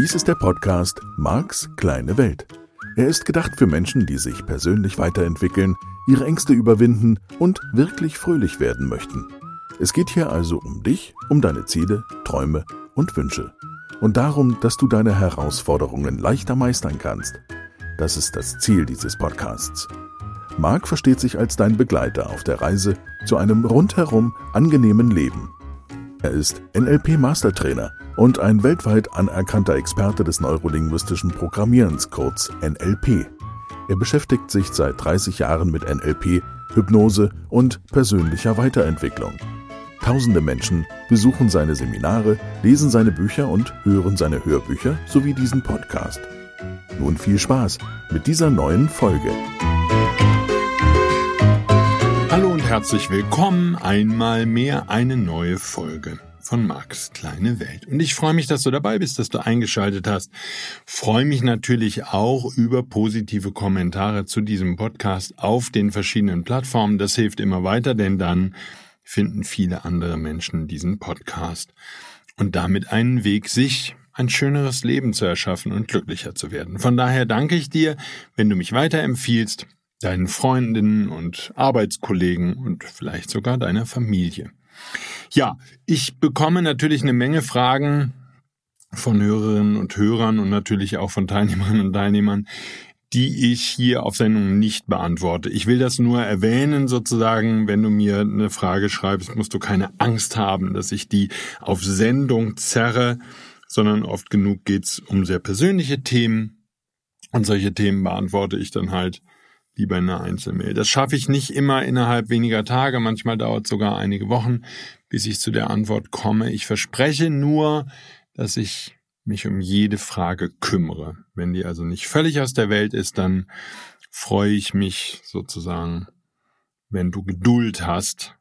Dies ist der Podcast Marks kleine Welt. Er ist gedacht für Menschen, die sich persönlich weiterentwickeln, ihre Ängste überwinden und wirklich fröhlich werden möchten. Es geht hier also um dich, um deine Ziele, Träume und Wünsche. Und darum, dass du deine Herausforderungen leichter meistern kannst. Das ist das Ziel dieses Podcasts. Mark versteht sich als dein Begleiter auf der Reise zu einem rundherum angenehmen Leben. Er ist NLP-Mastertrainer und ein weltweit anerkannter Experte des neurolinguistischen Programmierens, kurz NLP. Er beschäftigt sich seit 30 Jahren mit NLP, Hypnose und persönlicher Weiterentwicklung. Tausende Menschen besuchen seine Seminare, lesen seine Bücher und hören seine Hörbücher sowie diesen Podcast. Nun viel Spaß mit dieser neuen Folge. Hallo und herzlich willkommen, einmal mehr eine neue Folge von Marks kleine Welt. Und ich freue mich, dass du dabei bist, dass du eingeschaltet hast. Freue mich natürlich auch über positive Kommentare zu diesem Podcast auf den verschiedenen Plattformen. Das hilft immer weiter, denn dann finden viele andere Menschen diesen Podcast und damit einen Weg, sich ein schöneres Leben zu erschaffen und glücklicher zu werden. Von daher danke ich dir, wenn du mich weiterempfiehlst, deinen Freundinnen und Arbeitskollegen und vielleicht sogar deiner Familie. Ja, ich bekomme natürlich eine Menge Fragen von Hörerinnen und Hörern und natürlich auch von Teilnehmerinnen und Teilnehmern, die ich hier auf Sendung nicht beantworte. Ich will das nur erwähnen sozusagen, wenn du mir eine Frage schreibst, musst du keine Angst haben, dass ich die auf Sendung zerre, sondern oft genug geht's um sehr persönliche Themen und solche Themen beantworte ich dann halt lieber in einer Einzelmail. Das schaffe ich nicht immer innerhalb weniger Tage, manchmal dauert es sogar einige Wochen, bis ich zu der Antwort komme. Ich verspreche nur, dass ich mich um jede Frage kümmere. Wenn die also nicht völlig aus der Welt ist, dann freue ich mich sozusagen, wenn du Geduld hast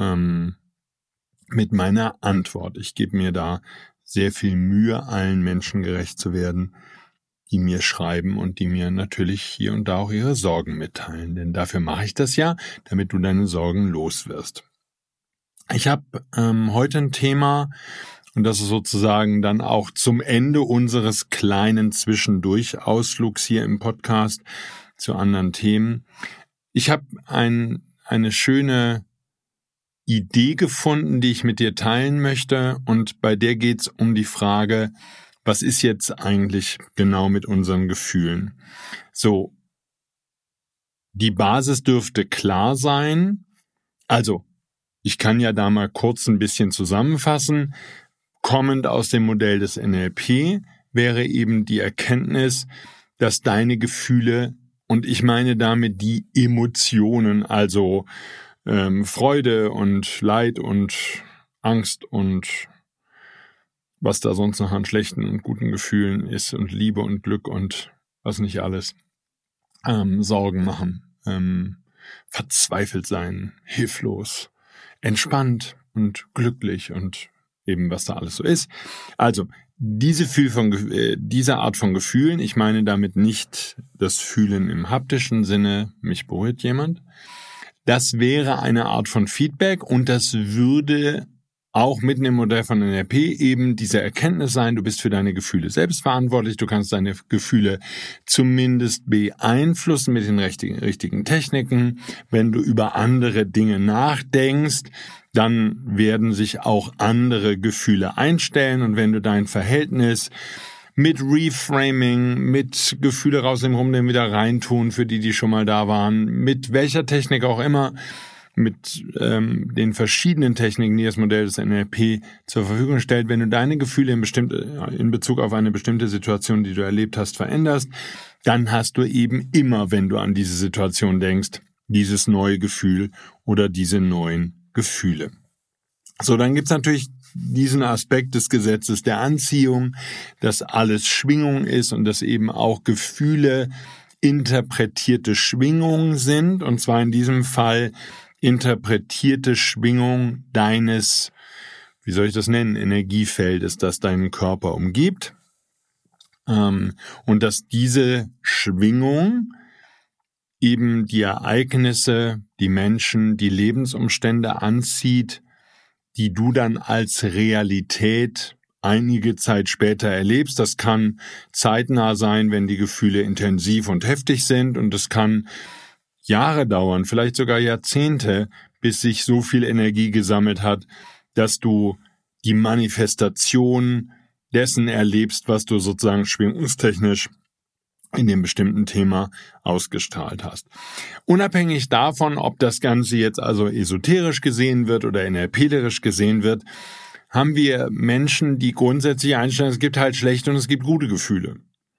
mit meiner Antwort. Ich gebe mir da sehr viel Mühe, allen Menschen gerecht zu werden, die mir schreiben und die mir natürlich hier und da auch ihre Sorgen mitteilen. Denn dafür mache ich das ja, damit du deine Sorgen los wirst. Ich habe heute ein Thema, und das ist sozusagen dann auch zum Ende unseres kleinen Zwischendurch-Ausflugs hier im Podcast zu anderen Themen. Ich habe eine schöne Idee gefunden, die ich mit dir teilen möchte, und bei der geht es um die Frage, was ist jetzt eigentlich genau mit unseren Gefühlen? So, die Basis dürfte klar sein. Also, ich kann ja da mal kurz ein bisschen zusammenfassen. Kommend aus dem Modell des NLP wäre eben die Erkenntnis, dass deine Gefühle, und ich meine damit die Emotionen, also Freude und Leid und Angst und was da sonst noch an schlechten und guten Gefühlen ist und Liebe und Glück und was nicht alles, Sorgen machen, verzweifelt sein, hilflos, entspannt und glücklich und eben was da alles so ist. Also diese Art von Gefühlen, ich meine damit nicht das Fühlen im haptischen Sinne, mich berührt jemand, das wäre eine Art von Feedback und das würde auch mitten im Modell von NLP eben diese Erkenntnis sein, du bist für deine Gefühle selbst verantwortlich, du kannst deine Gefühle zumindest beeinflussen mit den richtigen Techniken. Wenn du über andere Dinge nachdenkst, dann werden sich auch andere Gefühle einstellen, und wenn du dein Verhältnis mit Reframing, mit Gefühle raus dem Rumnehmen wieder reintun, für die schon mal da waren, mit welcher Technik auch immer, mit den verschiedenen Techniken, die das Modell des NLP zur Verfügung stellt, wenn du deine Gefühle in Bezug auf eine bestimmte Situation, die du erlebt hast, veränderst, dann hast du eben immer, wenn du an diese Situation denkst, dieses neue Gefühl oder diese neuen Gefühle. So, dann gibt's natürlich diesen Aspekt des Gesetzes der Anziehung, dass alles Schwingung ist und dass eben auch Gefühle interpretierte Schwingungen sind, und zwar in diesem Fall interpretierte Schwingung deines, wie soll ich das nennen, Energiefeldes, das deinen Körper umgibt, und dass diese Schwingung eben die Ereignisse, die Menschen, die Lebensumstände anzieht, die du dann als Realität einige Zeit später erlebst. Das kann zeitnah sein, wenn die Gefühle intensiv und heftig sind, und es kann Jahre dauern, vielleicht sogar Jahrzehnte, bis sich so viel Energie gesammelt hat, dass du die Manifestation dessen erlebst, was du sozusagen schwingungstechnisch in dem bestimmten Thema ausgestrahlt hast. Unabhängig davon, ob das Ganze jetzt also esoterisch gesehen wird oder NLPlerisch gesehen wird, haben wir Menschen, die grundsätzlich einstellen, es gibt halt schlechte und es gibt gute Gefühle.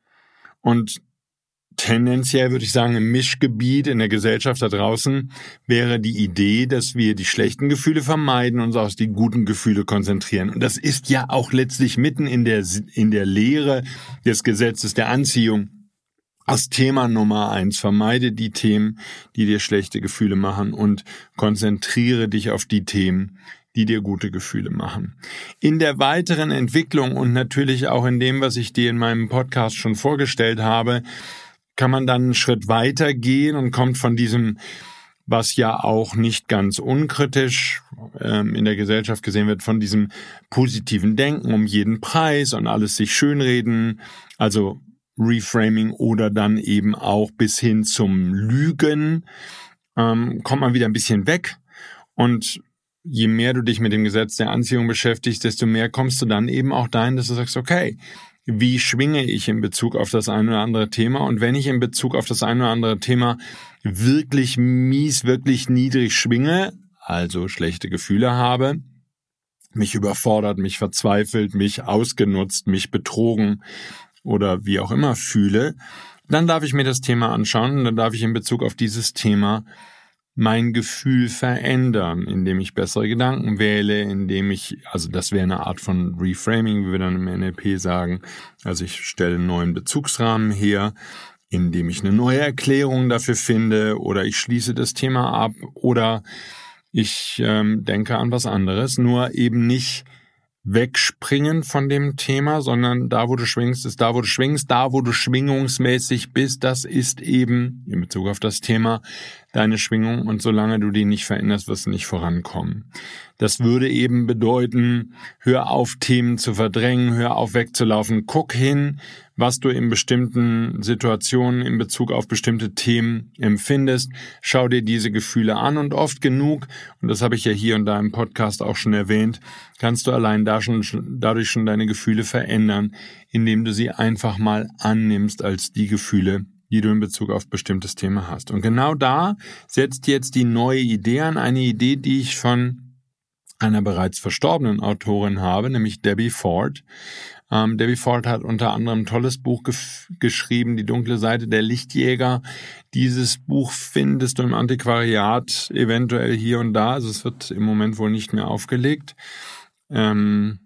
Und tendenziell würde ich sagen, im Mischgebiet in der Gesellschaft da draußen wäre die Idee, dass wir die schlechten Gefühle vermeiden und uns auf die guten Gefühle konzentrieren. Und das ist ja auch letztlich mitten in der Lehre des Gesetzes der Anziehung. Als Thema Nummer 1, vermeide die Themen, die dir schlechte Gefühle machen, und konzentriere dich auf die Themen, die dir gute Gefühle machen. In der weiteren Entwicklung und natürlich auch in dem, was ich dir in meinem Podcast schon vorgestellt habe, kann man dann einen Schritt weiter gehen und kommt von diesem, was ja auch nicht ganz unkritisch in der Gesellschaft gesehen wird, von diesem positiven Denken um jeden Preis und alles sich schönreden, also Reframing oder dann eben auch bis hin zum Lügen, kommt man wieder ein bisschen weg. Und je mehr du dich mit dem Gesetz der Anziehung beschäftigst, desto mehr kommst du dann eben auch dahin, dass du sagst, okay, wie schwinge ich in Bezug auf das eine oder andere Thema? Und wenn ich in Bezug auf das eine oder andere Thema wirklich mies, wirklich niedrig schwinge, also schlechte Gefühle habe, mich überfordert, mich verzweifelt, mich ausgenutzt, mich betrogen oder wie auch immer fühle, dann darf ich mir das Thema anschauen und dann darf ich in Bezug auf dieses Thema mein Gefühl verändern, indem ich bessere Gedanken wähle, indem ich, also das wäre eine Art von Reframing, wie wir dann im NLP sagen, also ich stelle einen neuen Bezugsrahmen her, indem ich eine neue Erklärung dafür finde oder ich schließe das Thema ab oder ich denke an was anderes, nur eben nicht wegspringen von dem Thema, sondern da, wo du schwingst, ist da, wo du schwingst, da, wo du schwingungsmäßig bist, das ist eben in Bezug auf das Thema deine Schwingung, und solange du die nicht veränderst, wirst du nicht vorankommen. Das würde eben bedeuten, hör auf, Themen zu verdrängen, hör auf, wegzulaufen, guck hin, was du in bestimmten Situationen in Bezug auf bestimmte Themen empfindest, schau dir diese Gefühle an, und oft genug, und das habe ich ja hier und da im Podcast auch schon erwähnt, kannst du allein dadurch schon deine Gefühle verändern, indem du sie einfach mal annimmst als die Gefühle, die du in Bezug auf bestimmtes Thema hast. Und genau da setzt jetzt die neue Idee an, eine Idee, die ich von einer bereits verstorbenen Autorin habe, nämlich Debbie Ford. Debbie Ford hat unter anderem ein tolles Buch geschrieben, Die dunkle Seite der Lichtjäger. Dieses Buch findest du im Antiquariat eventuell hier und da, also es wird im Moment wohl nicht mehr aufgelegt. Und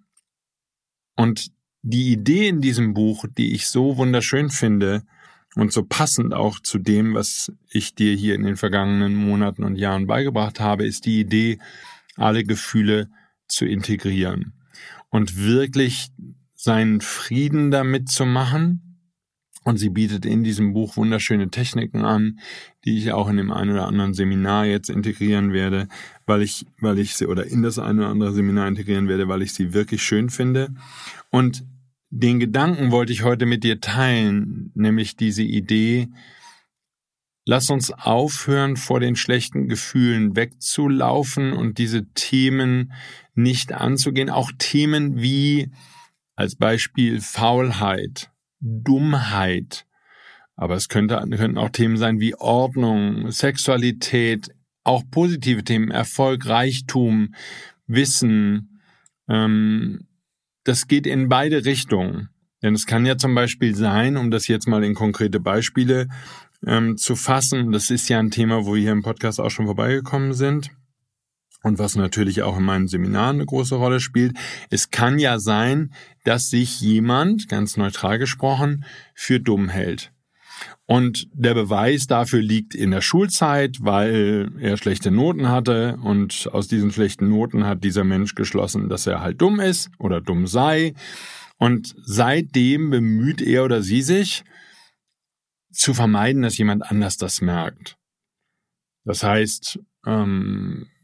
die Idee in diesem Buch, die ich so wunderschön finde und so passend auch zu dem, was ich dir hier in den vergangenen Monaten und Jahren beigebracht habe, ist die Idee, alle Gefühle zu integrieren und wirklich seinen Frieden damit zu machen. Und sie bietet in diesem Buch wunderschöne Techniken an, die ich auch in dem einen oder anderen Seminar jetzt integrieren werde, weil ich sie, oder in das eine oder andere Seminar integrieren werde, weil ich sie wirklich schön finde. Und den Gedanken wollte ich heute mit dir teilen, nämlich diese Idee, lass uns aufhören, vor den schlechten Gefühlen wegzulaufen und diese Themen nicht anzugehen. Auch Themen wie als Beispiel Faulheit, Dummheit. Aber es könnten auch Themen sein wie Ordnung, Sexualität, auch positive Themen, Erfolg, Reichtum, Wissen. Das geht in beide Richtungen. Denn es kann ja zum Beispiel sein, um das jetzt mal in konkrete Beispiele zu fassen, das ist ja ein Thema, wo wir hier im Podcast auch schon vorbeigekommen sind und was natürlich auch in meinen Seminaren eine große Rolle spielt. Es kann ja sein, dass sich jemand, ganz neutral gesprochen, für dumm hält. Und der Beweis dafür liegt in der Schulzeit, weil er schlechte Noten hatte, und aus diesen schlechten Noten hat dieser Mensch geschlossen, dass er halt dumm ist oder dumm sei. Und seitdem bemüht er oder sie sich, zu vermeiden, dass jemand anders das merkt. Das heißt,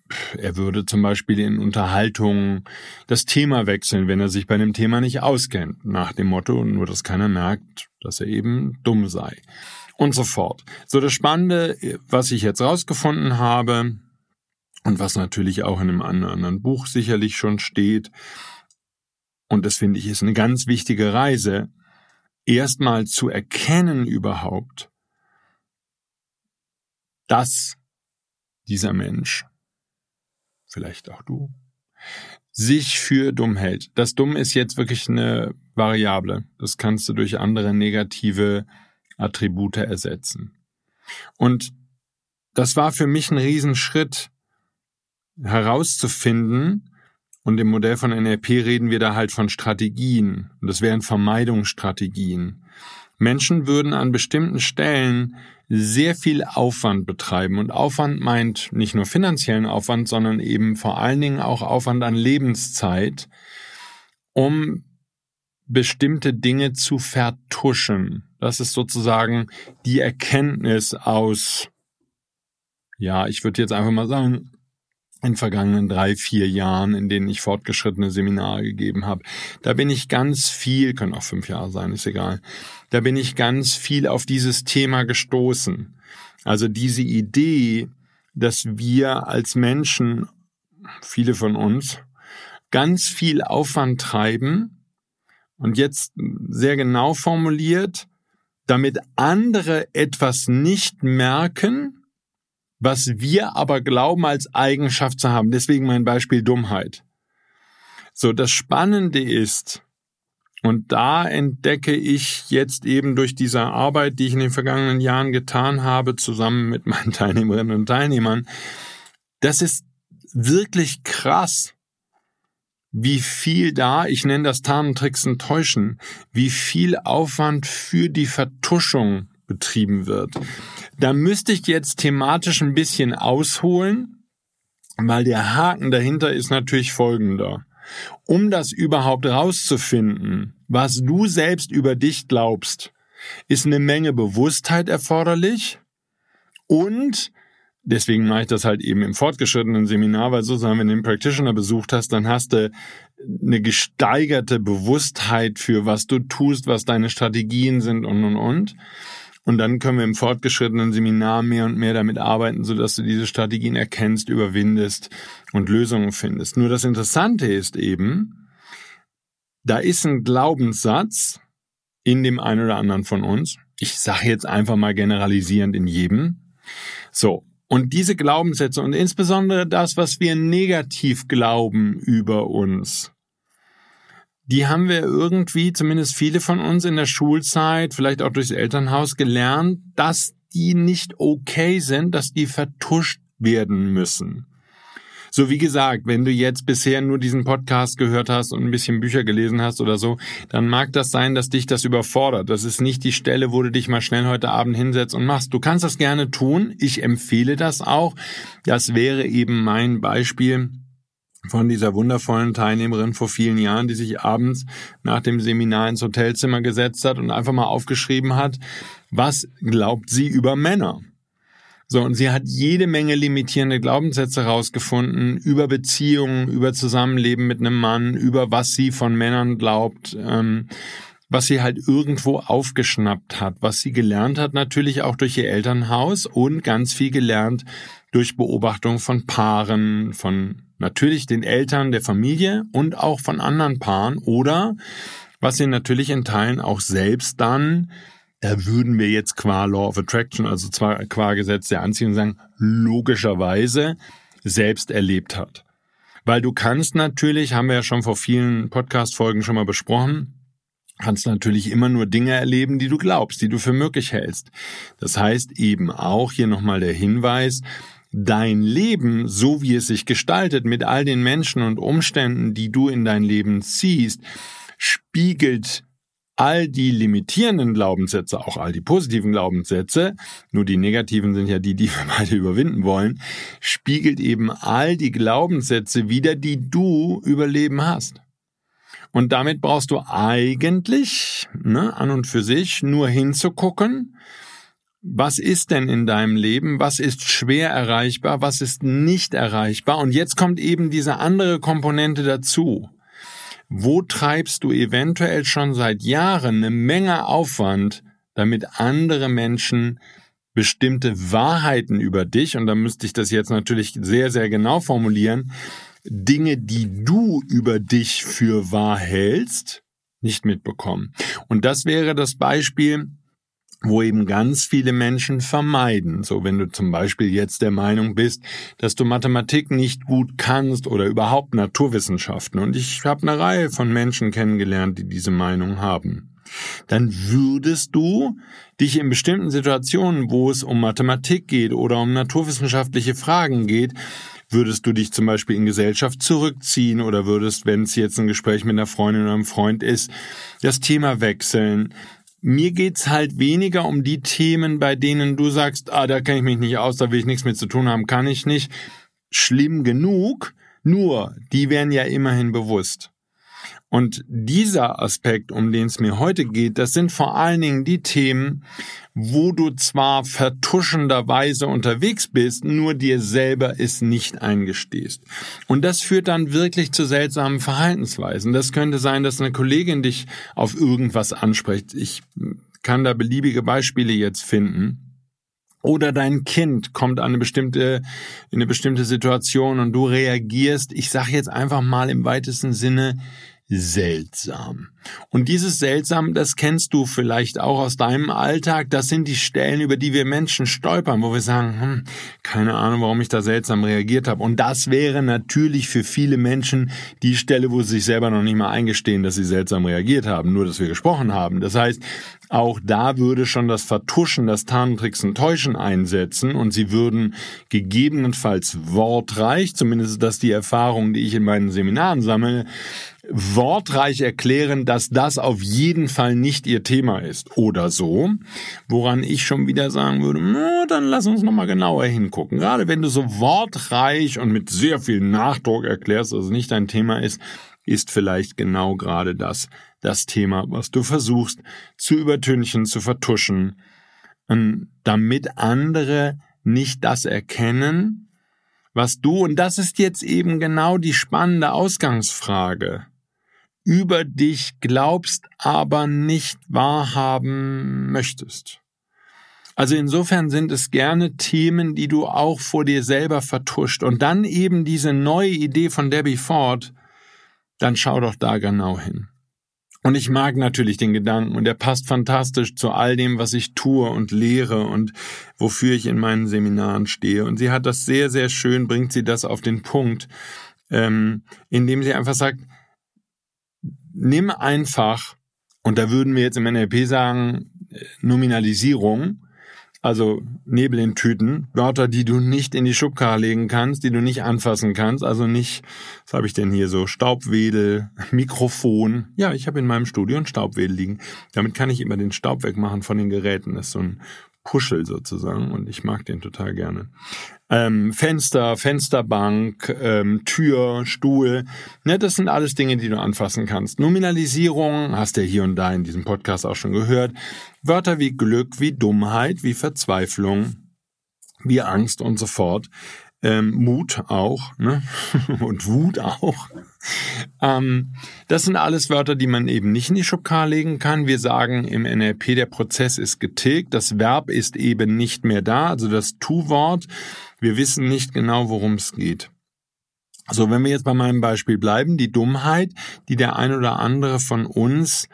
Er würde zum Beispiel in Unterhaltungen das Thema wechseln, wenn er sich bei dem Thema nicht auskennt, nach dem Motto, nur dass keiner merkt, dass er eben dumm sei. Und so fort. So, das Spannende, was ich jetzt rausgefunden habe und was natürlich auch in einem anderen Buch sicherlich schon steht, und das finde ich ist eine ganz wichtige Reise, erstmal zu erkennen überhaupt, dass dieser Mensch, vielleicht auch du, sich für dumm hält. Das Dumm ist jetzt wirklich eine Variable. Das kannst du durch andere negative Attribute ersetzen. Und das war für mich ein Riesenschritt, herauszufinden, und im Modell von NLP reden wir da halt von Strategien. Und das wären Vermeidungsstrategien. Menschen würden an bestimmten Stellen sehr viel Aufwand betreiben. Und Aufwand meint nicht nur finanziellen Aufwand, sondern eben vor allen Dingen auch Aufwand an Lebenszeit, um bestimmte Dinge zu vertuschen. Das ist sozusagen die Erkenntnis aus, ja, ich würde jetzt einfach mal sagen, in vergangenen 3-4 Jahren, in denen ich fortgeschrittene Seminare gegeben habe. Da bin ich ganz viel, können auch 5 Jahre sein, ist egal, da bin ich ganz viel auf dieses Thema gestoßen. Also diese Idee, dass wir als Menschen, viele von uns, ganz viel Aufwand treiben und jetzt sehr genau formuliert, damit andere etwas nicht merken, was wir aber glauben als Eigenschaft zu haben. Deswegen mein Beispiel Dummheit. So, das Spannende ist, und da entdecke ich jetzt eben durch diese Arbeit, die ich in den vergangenen Jahren getan habe, zusammen mit meinen Teilnehmerinnen und Teilnehmern, das ist wirklich krass, wie viel da, ich nenne das Tarnen, Tricksen, Täuschen, wie viel Aufwand für die Vertuschung betrieben wird. Da müsste ich jetzt thematisch ein bisschen ausholen, weil der Haken dahinter ist natürlich folgender. Um das überhaupt rauszufinden, was du selbst über dich glaubst, ist eine Menge Bewusstheit erforderlich und deswegen mache ich das halt eben im fortgeschrittenen Seminar, weil sozusagen, wenn du den Practitioner besucht hast, dann hast du eine gesteigerte Bewusstheit für, was du tust, was deine Strategien sind und. Und dann können wir im fortgeschrittenen Seminar mehr und mehr damit arbeiten, sodass du diese Strategien erkennst, überwindest und Lösungen findest. Nur das Interessante ist eben, da ist ein Glaubenssatz in dem einen oder anderen von uns. Ich sage jetzt einfach mal generalisierend in jedem. So, und diese Glaubenssätze und insbesondere das, was wir negativ glauben über uns, die haben wir irgendwie, zumindest viele von uns in der Schulzeit, vielleicht auch durchs Elternhaus gelernt, dass die nicht okay sind, dass die vertuscht werden müssen. So wie gesagt, wenn du jetzt bisher nur diesen Podcast gehört hast und ein bisschen Bücher gelesen hast oder so, dann mag das sein, dass dich das überfordert. Das ist nicht die Stelle, wo du dich mal schnell heute Abend hinsetzt und machst. Du kannst das gerne tun. Ich empfehle das auch. Das wäre eben mein Beispiel von dieser wundervollen Teilnehmerin vor vielen Jahren, die sich abends nach dem Seminar ins Hotelzimmer gesetzt hat und einfach mal aufgeschrieben hat, was glaubt sie über Männer? So, und sie hat jede Menge limitierende Glaubenssätze rausgefunden über Beziehungen, über Zusammenleben mit einem Mann, über was sie von Männern glaubt, was sie halt irgendwo aufgeschnappt hat, was sie gelernt hat, natürlich auch durch ihr Elternhaus und ganz viel gelernt durch Beobachtung von Paaren, von natürlich den Eltern der Familie und auch von anderen Paaren oder was sie natürlich in Teilen auch selbst dann, da würden wir jetzt qua Law of Attraction, also zwar qua Gesetz der Anziehung sagen, logischerweise selbst erlebt hat. Weil du kannst natürlich, haben wir ja schon vor vielen Podcast-Folgen schon mal besprochen, kannst natürlich immer nur Dinge erleben, die du glaubst, die du für möglich hältst. Das heißt eben auch, hier nochmal der Hinweis, dein Leben, so wie es sich gestaltet, mit all den Menschen und Umständen, die du in dein Leben ziehst, spiegelt all die limitierenden Glaubenssätze, auch all die positiven Glaubenssätze, nur die negativen sind ja die wir beide überwinden wollen, spiegelt eben all die Glaubenssätze wider, die du über Leben hast. Und damit brauchst du eigentlich, an und für sich, nur hinzugucken, was ist denn in deinem Leben, was ist schwer erreichbar, was ist nicht erreichbar? Und jetzt kommt eben diese andere Komponente dazu. Wo treibst du eventuell schon seit Jahren eine Menge Aufwand, damit andere Menschen bestimmte Wahrheiten über dich, und da müsste ich das jetzt natürlich sehr, sehr genau formulieren, Dinge, die du über dich für wahr hältst, nicht mitbekommen. Und das wäre das Beispiel, wo eben ganz viele Menschen vermeiden. So, wenn du zum Beispiel jetzt der Meinung bist, dass du Mathematik nicht gut kannst oder überhaupt Naturwissenschaften. Und ich habe eine Reihe von Menschen kennengelernt, die diese Meinung haben. Dann würdest du dich in bestimmten Situationen, wo es um Mathematik geht oder um naturwissenschaftliche Fragen geht, würdest du dich zum Beispiel in Gesellschaft zurückziehen oder würdest, wenn es jetzt ein Gespräch mit einer Freundin oder einem Freund ist, das Thema wechseln. Mir geht's halt weniger um die Themen, bei denen du sagst, da kenne ich mich nicht aus, da will ich nichts mit zu tun haben, kann ich nicht. Schlimm genug, nur die wären ja immerhin bewusst. Und dieser Aspekt, um den es mir heute geht, das sind vor allen Dingen die Themen, wo du zwar vertuschenderweise unterwegs bist, nur dir selber es nicht eingestehst. Und das führt dann wirklich zu seltsamen Verhaltensweisen. Das könnte sein, dass eine Kollegin dich auf irgendwas anspricht. Ich kann da beliebige Beispiele jetzt finden. Oder dein Kind kommt in eine bestimmte Situation und du reagierst, ich sage jetzt einfach mal im weitesten Sinne, seltsam. Und dieses Seltsam, das kennst du vielleicht auch aus deinem Alltag. Das sind die Stellen, über die wir Menschen stolpern, wo wir sagen, keine Ahnung, warum ich da seltsam reagiert habe. Und das wäre natürlich für viele Menschen die Stelle, wo sie sich selber noch nicht mal eingestehen, dass sie seltsam reagiert haben, nur dass wir gesprochen haben. Das heißt, auch da würde schon das Vertuschen, das Tarntricksen, Täuschen einsetzen und sie würden gegebenenfalls wortreich, zumindest ist das die Erfahrung, die ich in meinen Seminaren sammle, wortreich erklären, dass das auf jeden Fall nicht ihr Thema ist oder so, woran ich schon wieder sagen würde, dann lass uns nochmal genauer hingucken. Gerade wenn du so wortreich und mit sehr viel Nachdruck erklärst, dass es nicht dein Thema ist vielleicht genau gerade das Thema, was du versuchst zu übertünchen, zu vertuschen, damit andere nicht das erkennen, was du, und das ist jetzt eben genau die spannende Ausgangsfrage, über dich glaubst, aber nicht wahrhaben möchtest. Also insofern sind es gerne Themen, die du auch vor dir selber vertuscht. Und dann eben diese neue Idee von Debbie Ford, dann schau doch da genau hin. Und ich mag natürlich den Gedanken und der passt fantastisch zu all dem, was ich tue und lehre und wofür ich in meinen Seminaren stehe. Und sie hat das sehr, sehr schön, bringt sie das auf den Punkt, indem sie einfach sagt, nimm einfach, und da würden wir jetzt im NLP sagen, Nominalisierung, also Nebel in Tüten, Wörter, die du nicht in die Schubkarre legen kannst, die du nicht anfassen kannst, also nicht, was habe ich denn hier so, Staubwedel, Mikrofon. Ja, ich habe in meinem Studio ein Staubwedel liegen. Damit kann ich immer den Staub wegmachen von den Geräten. Das ist so ein Puschel sozusagen und ich mag den total gerne. Fenster, Fensterbank, Tür, Stuhl, ne, das sind alles Dinge, die du anfassen kannst. Nominalisierung, hast du ja hier und da in diesem Podcast auch schon gehört. Wörter wie Glück, wie Dummheit, wie Verzweiflung, wie Angst und so fort. Mut auch, ne? Und Wut auch. Das sind alles Wörter, die man eben nicht in die Schubkarre legen kann. Wir sagen im NLP, der Prozess ist getilgt, das Verb ist eben nicht mehr da, also das Tu-Wort. Wir wissen nicht genau, worum es geht. So, wenn wir jetzt bei meinem Beispiel bleiben, die Dummheit, die der ein oder andere von uns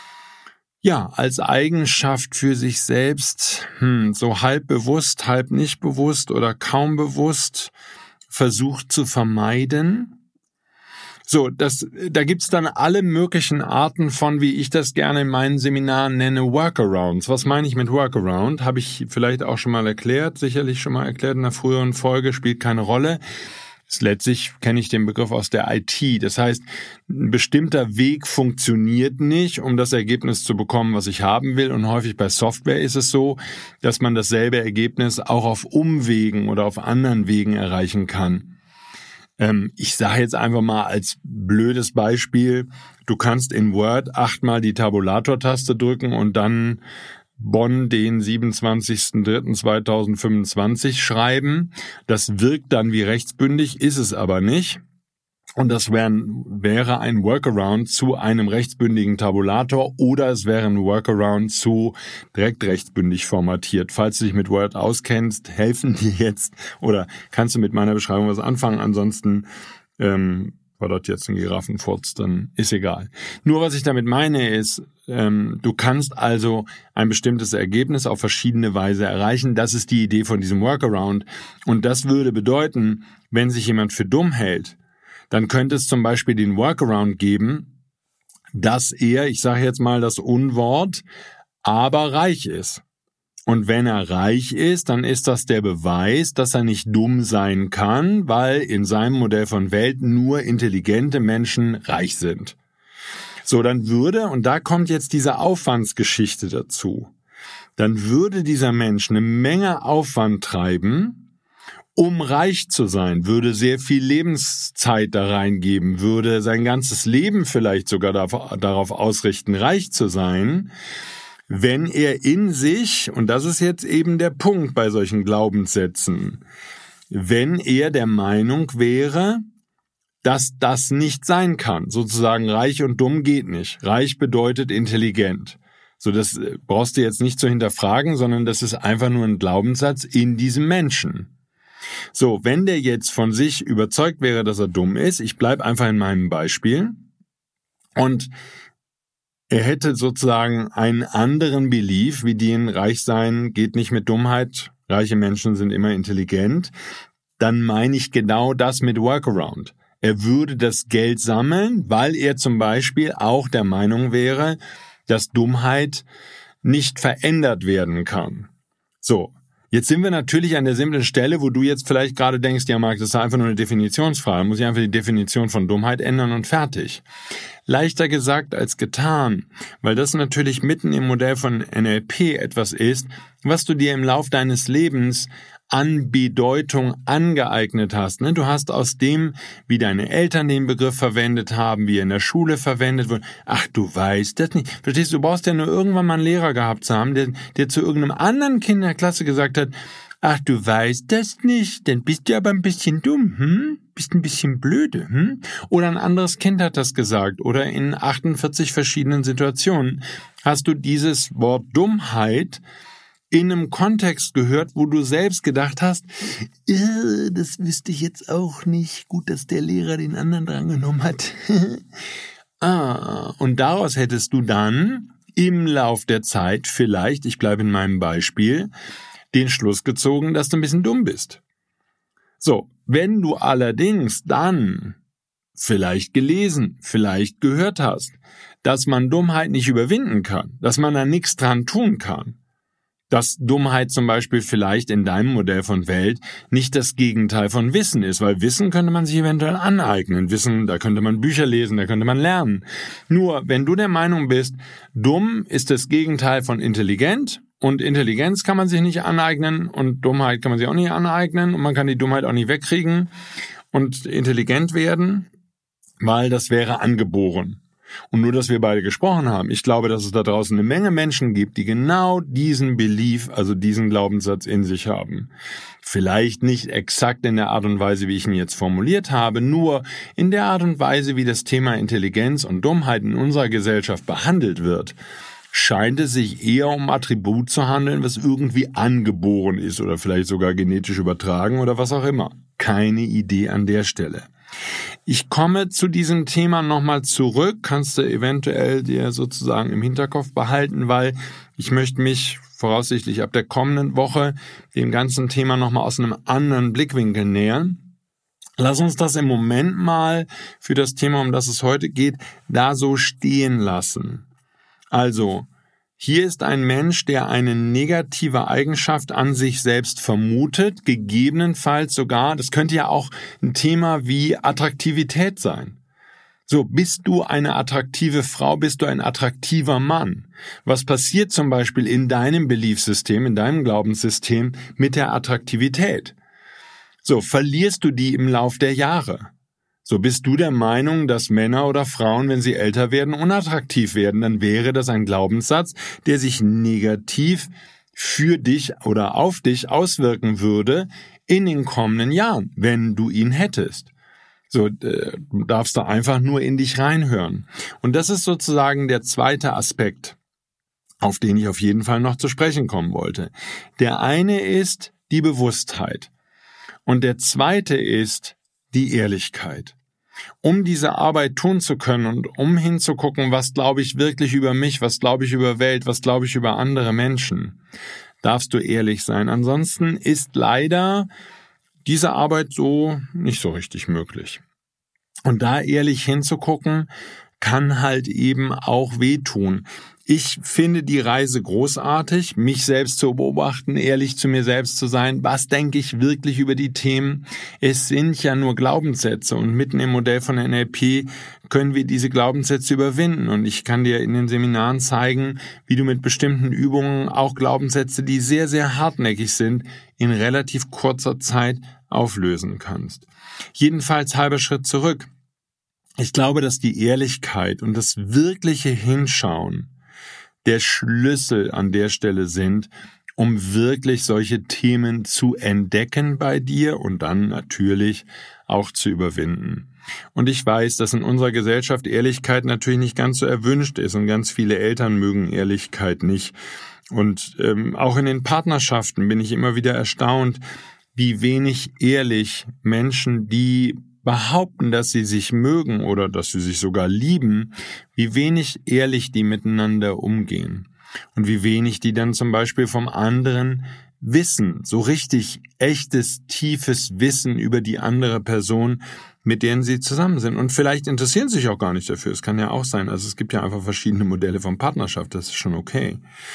als Eigenschaft für sich selbst, so halb bewusst, halb nicht bewusst oder kaum bewusst versucht zu vermeiden. So, da gibt's dann alle möglichen Arten von, wie ich das gerne in meinen Seminaren nenne, Workarounds. Was meine ich mit Workaround? Habe ich vielleicht auch schon mal erklärt, sicherlich schon mal erklärt in einer früheren Folge, spielt keine Rolle. Letztlich kenne ich den Begriff aus der IT. Das heißt, ein bestimmter Weg funktioniert nicht, um das Ergebnis zu bekommen, was ich haben will. Und häufig bei Software ist es so, dass man dasselbe Ergebnis auch auf Umwegen oder auf anderen Wegen erreichen kann. Ich sage jetzt einfach mal als blödes Beispiel, du kannst in Word 8-mal die Tabulator-Taste drücken und dann Bonn, den 27.03.2025 schreiben. Das wirkt dann wie rechtsbündig, ist es aber nicht. Und das wäre ein Workaround zu einem rechtsbündigen Tabulator oder es wäre ein Workaround zu direkt rechtsbündig formatiert. Falls du dich mit Word auskennst, helfen dir jetzt oder kannst du mit meiner Beschreibung was anfangen. Ansonsten war dort jetzt ein Giraffenfurz, dann ist egal. Nur was ich damit meine ist, du kannst also ein bestimmtes Ergebnis auf verschiedene Weise erreichen. Das ist die Idee von diesem Workaround. Und das würde bedeuten, wenn sich jemand für dumm hält, dann könnte es zum Beispiel den Workaround geben, dass er, ich sage jetzt mal das Unwort, aber reich ist. Und wenn er reich ist, dann ist das der Beweis, dass er nicht dumm sein kann, weil in seinem Modell von Welt nur intelligente Menschen reich sind. So, dann würde, und da kommt jetzt diese Aufwandsgeschichte dazu, dann würde dieser Mensch eine Menge Aufwand treiben, um reich zu sein, würde sehr viel Lebenszeit da reingeben, würde sein ganzes Leben vielleicht sogar darauf ausrichten, reich zu sein, wenn er in sich, und das ist jetzt eben der Punkt bei solchen Glaubenssätzen, wenn er der Meinung wäre, dass das nicht sein kann, sozusagen reich und dumm geht nicht. Reich bedeutet intelligent. So, das brauchst du jetzt nicht zu hinterfragen, sondern das ist einfach nur ein Glaubenssatz in diesem Menschen. So, wenn der jetzt von sich überzeugt wäre, dass er dumm ist, ich bleibe einfach in meinem Beispiel, und er hätte sozusagen einen anderen Belief, wie den reich sein geht nicht mit Dummheit, reiche Menschen sind immer intelligent, dann meine ich genau das mit Workaround. Er würde das Geld sammeln, weil er zum Beispiel auch der Meinung wäre, dass Dummheit nicht verändert werden kann. So. Jetzt sind wir natürlich an der simplen Stelle, wo du jetzt vielleicht gerade denkst, ja Marc, das ist einfach nur eine Definitionsfrage, muss ich einfach die Definition von Dummheit ändern und fertig. Leichter gesagt als getan, weil das natürlich mitten im Modell von NLP etwas ist, was du dir im Lauf deines Lebens an Bedeutung angeeignet hast. Du hast aus dem, wie deine Eltern den Begriff verwendet haben, wie er in der Schule verwendet wurde, ach, du weißt das nicht. Verstehst du, du brauchst ja nur irgendwann mal einen Lehrer gehabt zu haben, der zu irgendeinem anderen Kind in der Klasse gesagt hat, ach, du weißt das nicht, dann bist du aber ein bisschen dumm, bist ein bisschen blöde, Oder ein anderes Kind hat das gesagt, oder in 48 verschiedenen Situationen hast du dieses Wort Dummheit in einem Kontext gehört, wo du selbst gedacht hast, das wüsste ich jetzt auch nicht. Gut, dass der Lehrer den anderen drangenommen hat. Und daraus hättest du dann im Lauf der Zeit vielleicht, ich bleibe in meinem Beispiel, den Schluss gezogen, dass du ein bisschen dumm bist. So, wenn du allerdings dann vielleicht gelesen, vielleicht gehört hast, dass man Dummheit nicht überwinden kann, dass man da nichts dran tun kann, dass Dummheit zum Beispiel vielleicht in deinem Modell von Welt nicht das Gegenteil von Wissen ist, weil Wissen könnte man sich eventuell aneignen. Wissen, da könnte man Bücher lesen, da könnte man lernen. Nur, wenn du der Meinung bist, dumm ist das Gegenteil von intelligent und Intelligenz kann man sich nicht aneignen und Dummheit kann man sich auch nicht aneignen und man kann die Dummheit auch nicht wegkriegen und intelligent werden, weil das wäre angeboren. Und nur, dass wir beide gesprochen haben, ich glaube, dass es da draußen eine Menge Menschen gibt, die genau diesen Belief, also diesen Glaubenssatz in sich haben. Vielleicht nicht exakt in der Art und Weise, wie ich ihn jetzt formuliert habe, nur in der Art und Weise, wie das Thema Intelligenz und Dummheit in unserer Gesellschaft behandelt wird, scheint es sich eher um Attribut zu handeln, was irgendwie angeboren ist oder vielleicht sogar genetisch übertragen oder was auch immer. Keine Idee an der Stelle. Ich komme zu diesem Thema nochmal zurück, kannst du eventuell dir sozusagen im Hinterkopf behalten, weil ich möchte mich voraussichtlich ab der kommenden Woche dem ganzen Thema nochmal aus einem anderen Blickwinkel nähern. Lass uns das im Moment mal für das Thema, um das es heute geht, da so stehen lassen. Also, hier ist ein Mensch, der eine negative Eigenschaft an sich selbst vermutet, gegebenenfalls sogar, das könnte ja auch ein Thema wie Attraktivität sein. So, bist du eine attraktive Frau, bist du ein attraktiver Mann? Was passiert zum Beispiel in deinem Beliefssystem, in deinem Glaubenssystem mit der Attraktivität? So, verlierst du die im Lauf der Jahre? So, bist du der Meinung, dass Männer oder Frauen, wenn sie älter werden, unattraktiv werden, dann wäre das ein Glaubenssatz, der sich negativ für dich oder auf dich auswirken würde in den kommenden Jahren, wenn du ihn hättest. So, du darfst da einfach nur in dich reinhören. Und das ist sozusagen der zweite Aspekt, auf den ich auf jeden Fall noch zu sprechen kommen wollte. Der eine ist die Bewusstheit und der zweite ist die Ehrlichkeit. Um diese Arbeit tun zu können und um hinzugucken, was glaube ich wirklich über mich, was glaube ich über Welt, was glaube ich über andere Menschen, darfst du ehrlich sein. Ansonsten ist leider diese Arbeit so nicht so richtig möglich. Und da ehrlich hinzugucken, kann halt eben auch wehtun. Ich finde die Reise großartig, mich selbst zu beobachten, ehrlich zu mir selbst zu sein. Was denke ich wirklich über die Themen? Es sind ja nur Glaubenssätze und mitten im Modell von NLP können wir diese Glaubenssätze überwinden. Und ich kann dir in den Seminaren zeigen, wie du mit bestimmten Übungen auch Glaubenssätze, die sehr, sehr hartnäckig sind, in relativ kurzer Zeit auflösen kannst. Jedenfalls halber Schritt zurück. Ich glaube, dass die Ehrlichkeit und das wirkliche Hinschauen der Schlüssel an der Stelle sind, um wirklich solche Themen zu entdecken bei dir und dann natürlich auch zu überwinden. Und ich weiß, dass in unserer Gesellschaft Ehrlichkeit natürlich nicht ganz so erwünscht ist und ganz viele Eltern mögen Ehrlichkeit nicht. Und auch in den Partnerschaften bin ich immer wieder erstaunt, wie wenig ehrlich Menschen, die behaupten, dass sie sich mögen oder dass sie sich sogar lieben, wie wenig ehrlich die miteinander umgehen und wie wenig die dann zum Beispiel vom anderen wissen, so richtig echtes, tiefes Wissen über die andere Person, mit denen sie zusammen sind. Und vielleicht interessieren sie sich auch gar nicht dafür, es kann ja auch sein, also es gibt ja einfach verschiedene Modelle von Partnerschaft, das ist schon okay.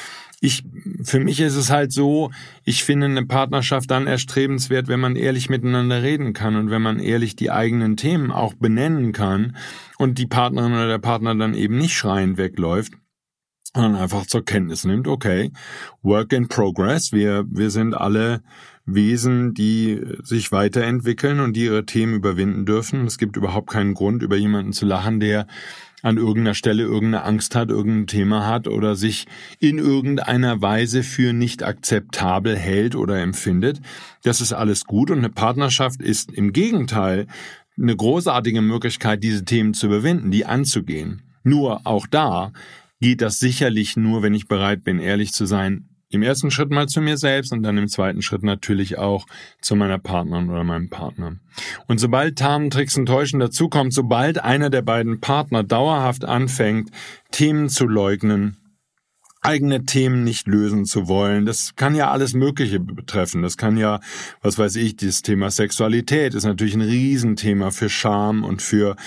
Für mich ist es halt so, ich finde eine Partnerschaft dann erstrebenswert, wenn man ehrlich miteinander reden kann und wenn man ehrlich die eigenen Themen auch benennen kann und die Partnerin oder der Partner dann eben nicht schreiend wegläuft, sondern einfach zur Kenntnis nimmt, okay, work in progress, wir sind alle Wesen, die sich weiterentwickeln und die ihre Themen überwinden dürfen. Es gibt überhaupt keinen Grund, über jemanden zu lachen, der an irgendeiner Stelle irgendeine Angst hat, irgendein Thema hat oder sich in irgendeiner Weise für nicht akzeptabel hält oder empfindet. Das ist alles gut und eine Partnerschaft ist im Gegenteil eine großartige Möglichkeit, diese Themen zu überwinden, die anzugehen. Nur auch da geht das sicherlich nur, wenn ich bereit bin, ehrlich zu sein, im ersten Schritt mal zu mir selbst und dann im zweiten Schritt natürlich auch zu meiner Partnerin oder meinem Partner. Und sobald Tarnen, Tricks und Täuschen dazukommt, sobald einer der beiden Partner dauerhaft anfängt, Themen zu leugnen, eigene Themen nicht lösen zu wollen, das kann ja alles Mögliche betreffen. Das kann ja, was weiß ich, dieses Thema Sexualität ist natürlich ein Riesenthema für Scham und für,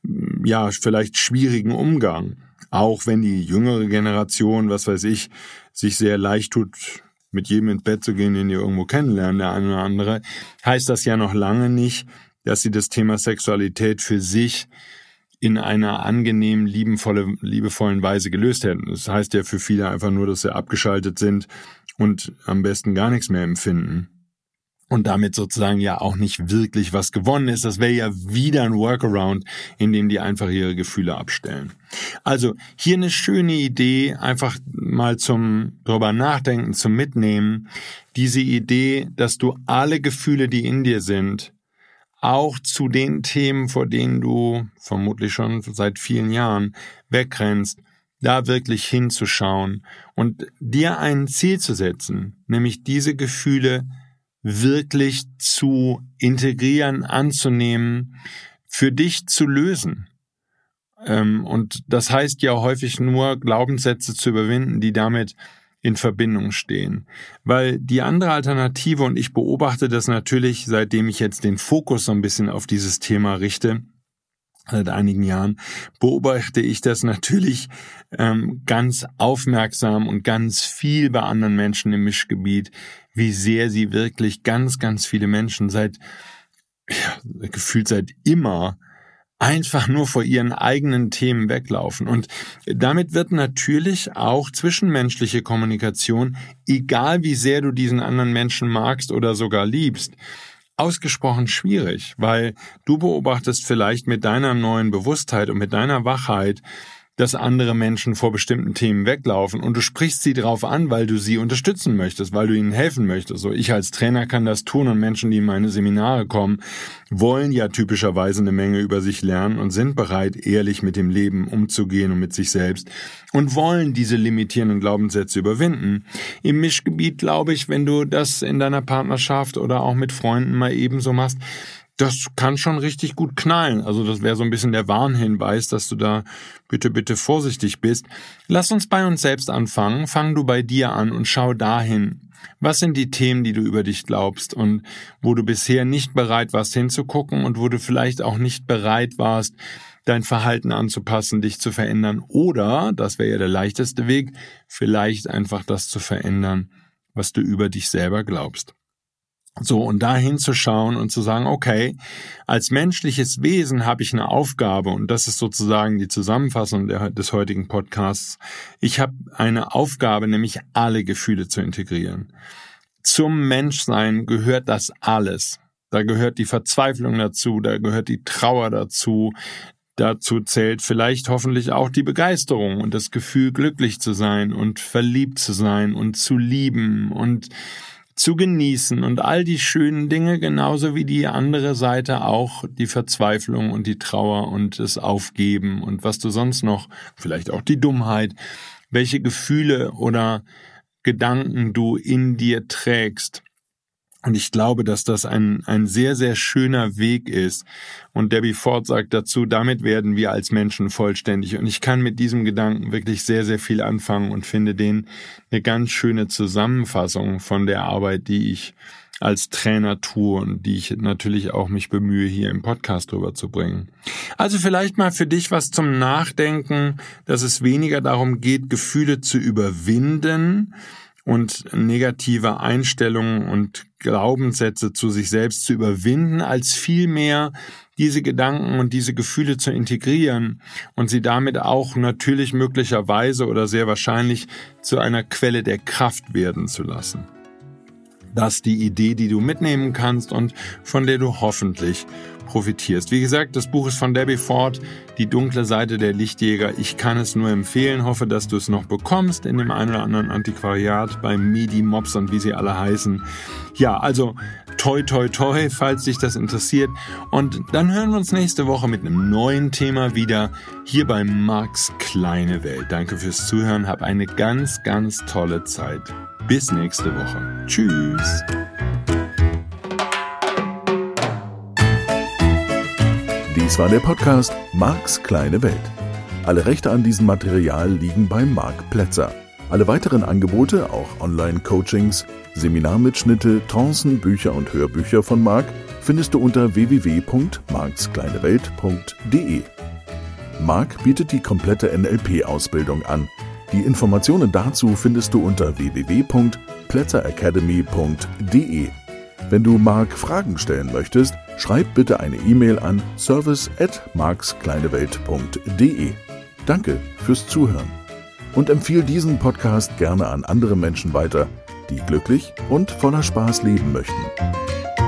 ja, vielleicht schwierigen Umgang. Auch wenn die jüngere Generation, was weiß ich, sich sehr leicht tut, mit jedem ins Bett zu gehen, den die irgendwo kennenlernen, der eine oder andere, heißt das ja noch lange nicht, dass sie das Thema Sexualität für sich in einer angenehmen, liebevollen Weise gelöst hätten. Das heißt ja für viele einfach nur, dass sie abgeschaltet sind und am besten gar nichts mehr empfinden. Und damit sozusagen ja auch nicht wirklich was gewonnen ist. Das wäre ja wieder ein Workaround, in dem die einfach ihre Gefühle abstellen. Also hier eine schöne Idee, einfach mal zum drüber nachdenken, zum Mitnehmen. Diese Idee, dass du alle Gefühle, die in dir sind, auch zu den Themen, vor denen du vermutlich schon seit vielen Jahren wegrennst, da wirklich hinzuschauen und dir ein Ziel zu setzen, nämlich diese Gefühle wirklich zu integrieren, anzunehmen, für dich zu lösen. Und das heißt ja häufig nur, Glaubenssätze zu überwinden, die damit in Verbindung stehen. Weil die andere Alternative, und ich beobachte das natürlich, seitdem ich jetzt den Fokus so ein bisschen auf dieses Thema richte, seit einigen Jahren, beobachte ich das natürlich ganz aufmerksam und ganz viel bei anderen Menschen im Mischgebiet, wie sehr sie wirklich ganz, ganz viele Menschen gefühlt seit immer einfach nur vor ihren eigenen Themen weglaufen. Und damit wird natürlich auch zwischenmenschliche Kommunikation, egal wie sehr du diesen anderen Menschen magst oder sogar liebst, ausgesprochen schwierig, weil du beobachtest vielleicht mit deiner neuen Bewusstheit und mit deiner Wachheit, dass andere Menschen vor bestimmten Themen weglaufen und du sprichst sie darauf an, weil du sie unterstützen möchtest, weil du ihnen helfen möchtest. So, ich als Trainer kann das tun und Menschen, die in meine Seminare kommen, wollen ja typischerweise eine Menge über sich lernen und sind bereit, ehrlich mit dem Leben umzugehen und mit sich selbst und wollen diese limitierenden Glaubenssätze überwinden. Im Mischgebiet glaube ich, wenn du das in deiner Partnerschaft oder auch mit Freunden mal ebenso machst, das kann schon richtig gut knallen. Also das wäre so ein bisschen der Warnhinweis, dass du da bitte vorsichtig bist. Lass uns bei uns selbst anfangen. Fang du bei dir an und schau dahin. Was sind die Themen, die du über dich glaubst und wo du bisher nicht bereit warst hinzugucken und wo du vielleicht auch nicht bereit warst, dein Verhalten anzupassen, dich zu verändern oder, das wäre ja der leichteste Weg, vielleicht einfach das zu verändern, was du über dich selber glaubst. So, und da hinzuschauen und zu sagen, okay, als menschliches Wesen habe ich eine Aufgabe und das ist sozusagen die Zusammenfassung des heutigen Podcasts. Ich habe eine Aufgabe, nämlich alle Gefühle zu integrieren. Zum Menschsein gehört das alles. Da gehört die Verzweiflung dazu, da gehört die Trauer dazu. Dazu zählt vielleicht hoffentlich auch die Begeisterung und das Gefühl, glücklich zu sein und verliebt zu sein und zu lieben und zu genießen und all die schönen Dinge, genauso wie die andere Seite auch die Verzweiflung und die Trauer und das Aufgeben und was du sonst noch, vielleicht auch die Dummheit, welche Gefühle oder Gedanken du in dir trägst. Und ich glaube, dass das ein sehr, sehr schöner Weg ist. Und Debbie Ford sagt dazu, damit werden wir als Menschen vollständig. Und ich kann mit diesem Gedanken wirklich sehr, sehr viel anfangen und finde den eine ganz schöne Zusammenfassung von der Arbeit, die ich als Trainer tue und die ich natürlich auch mich bemühe, hier im Podcast drüber zu bringen. Also vielleicht mal für dich was zum Nachdenken, dass es weniger darum geht, Gefühle zu überwinden und negative Einstellungen und Glaubenssätze zu sich selbst zu überwinden, als vielmehr diese Gedanken und diese Gefühle zu integrieren und sie damit auch natürlich möglicherweise oder sehr wahrscheinlich zu einer Quelle der Kraft werden zu lassen. Das ist die Idee, die du mitnehmen kannst und von der du hoffentlich profitierst. Wie gesagt, das Buch ist von Debbie Ford, Die dunkle Seite der Lichtjäger. Ich kann es nur empfehlen, hoffe, dass du es noch bekommst in dem einen oder anderen Antiquariat, bei Medi, Mops und wie sie alle heißen. Ja, also toi, toi, toi, falls dich das interessiert. Und dann hören wir uns nächste Woche mit einem neuen Thema wieder hier bei Marks kleine Welt. Danke fürs Zuhören, hab eine ganz, ganz tolle Zeit. Bis nächste Woche. Tschüss. Dies war der Podcast Marks kleine Welt. Alle Rechte an diesem Material liegen bei Marc Plätzer. Alle weiteren Angebote, auch Online-Coachings, Seminarmitschnitte, Trancen, Bücher und Hörbücher von Marc findest du unter www.markskleinewelt.de. Marc bietet die komplette NLP-Ausbildung an. Die Informationen dazu findest du unter www.plätzeracademy.de. Wenn du Marc Fragen stellen möchtest, schreib bitte eine E-Mail an service@markskleinewelt.de. Danke fürs Zuhören und empfehle diesen Podcast gerne an andere Menschen weiter, die glücklich und voller Spaß leben möchten.